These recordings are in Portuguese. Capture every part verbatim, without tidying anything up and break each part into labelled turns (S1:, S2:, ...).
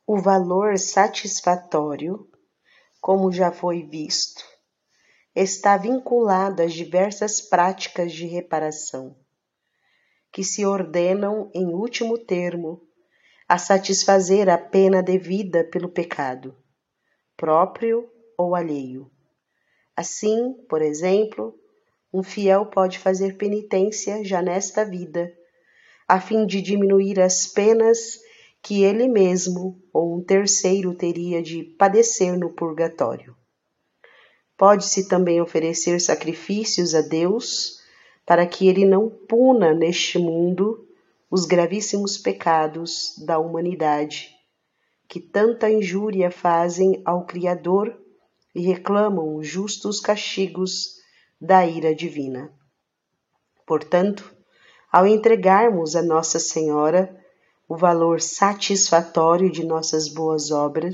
S1: O valor satisfatório, como já foi visto, está vinculado às diversas práticas de reparação, que se ordenam, em último termo, a satisfazer a pena devida pelo pecado, próprio ou alheio. Assim, por exemplo, um fiel pode fazer penitência já nesta vida, a fim de diminuir as penas que ele mesmo ou um terceiro teria de padecer no purgatório. Pode-se também oferecer sacrifícios a Deus para que ele não puna neste mundo os gravíssimos pecados da humanidade, que tanta injúria fazem ao Criador e reclamam os justos castigos da ira divina. Portanto, ao entregarmos a Nossa Senhora o valor satisfatório de nossas boas obras,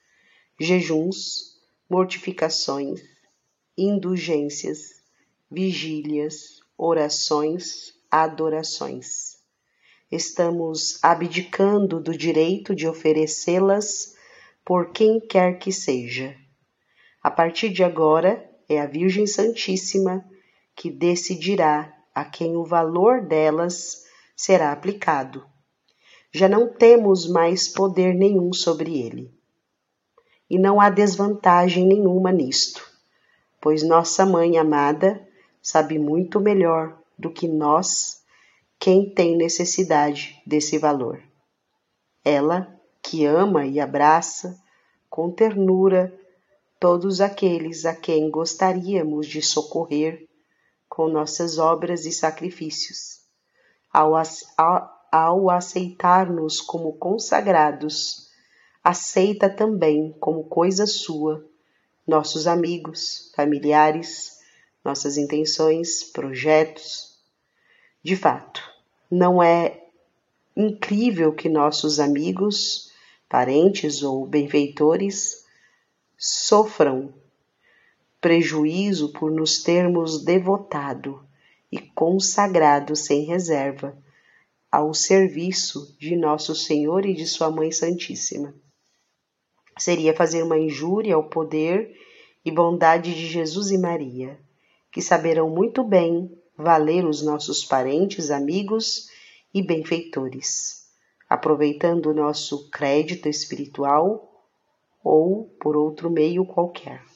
S1: jejuns, mortificações, indulgências, vigílias, orações, adorações, estamos abdicando do direito de oferecê-las por quem quer que seja. A partir de agora, é a Virgem Santíssima que decidirá a quem o valor delas será aplicado. Já não temos mais poder nenhum sobre ele. E não há desvantagem nenhuma nisto, pois nossa Mãe amada sabe muito melhor do que nós quem tem necessidade desse valor. Ela, que ama e abraça com ternura todos aqueles a quem gostaríamos de socorrer com nossas obras e sacrifícios, ao, ao, ao aceitar-nos como consagrados, aceita também como coisa sua nossos amigos, familiares, nossas intenções, projetos. De fato, não é incrível que nossos amigos, parentes ou benfeitores sofram prejuízo por nos termos devotado e consagrado sem reserva ao serviço de Nosso Senhor e de Sua Mãe Santíssima. Seria fazer uma injúria ao poder e bondade de Jesus e Maria, que saberão muito bem valer os nossos parentes, amigos e benfeitores, aproveitando o nosso crédito espiritual ou por outro meio qualquer.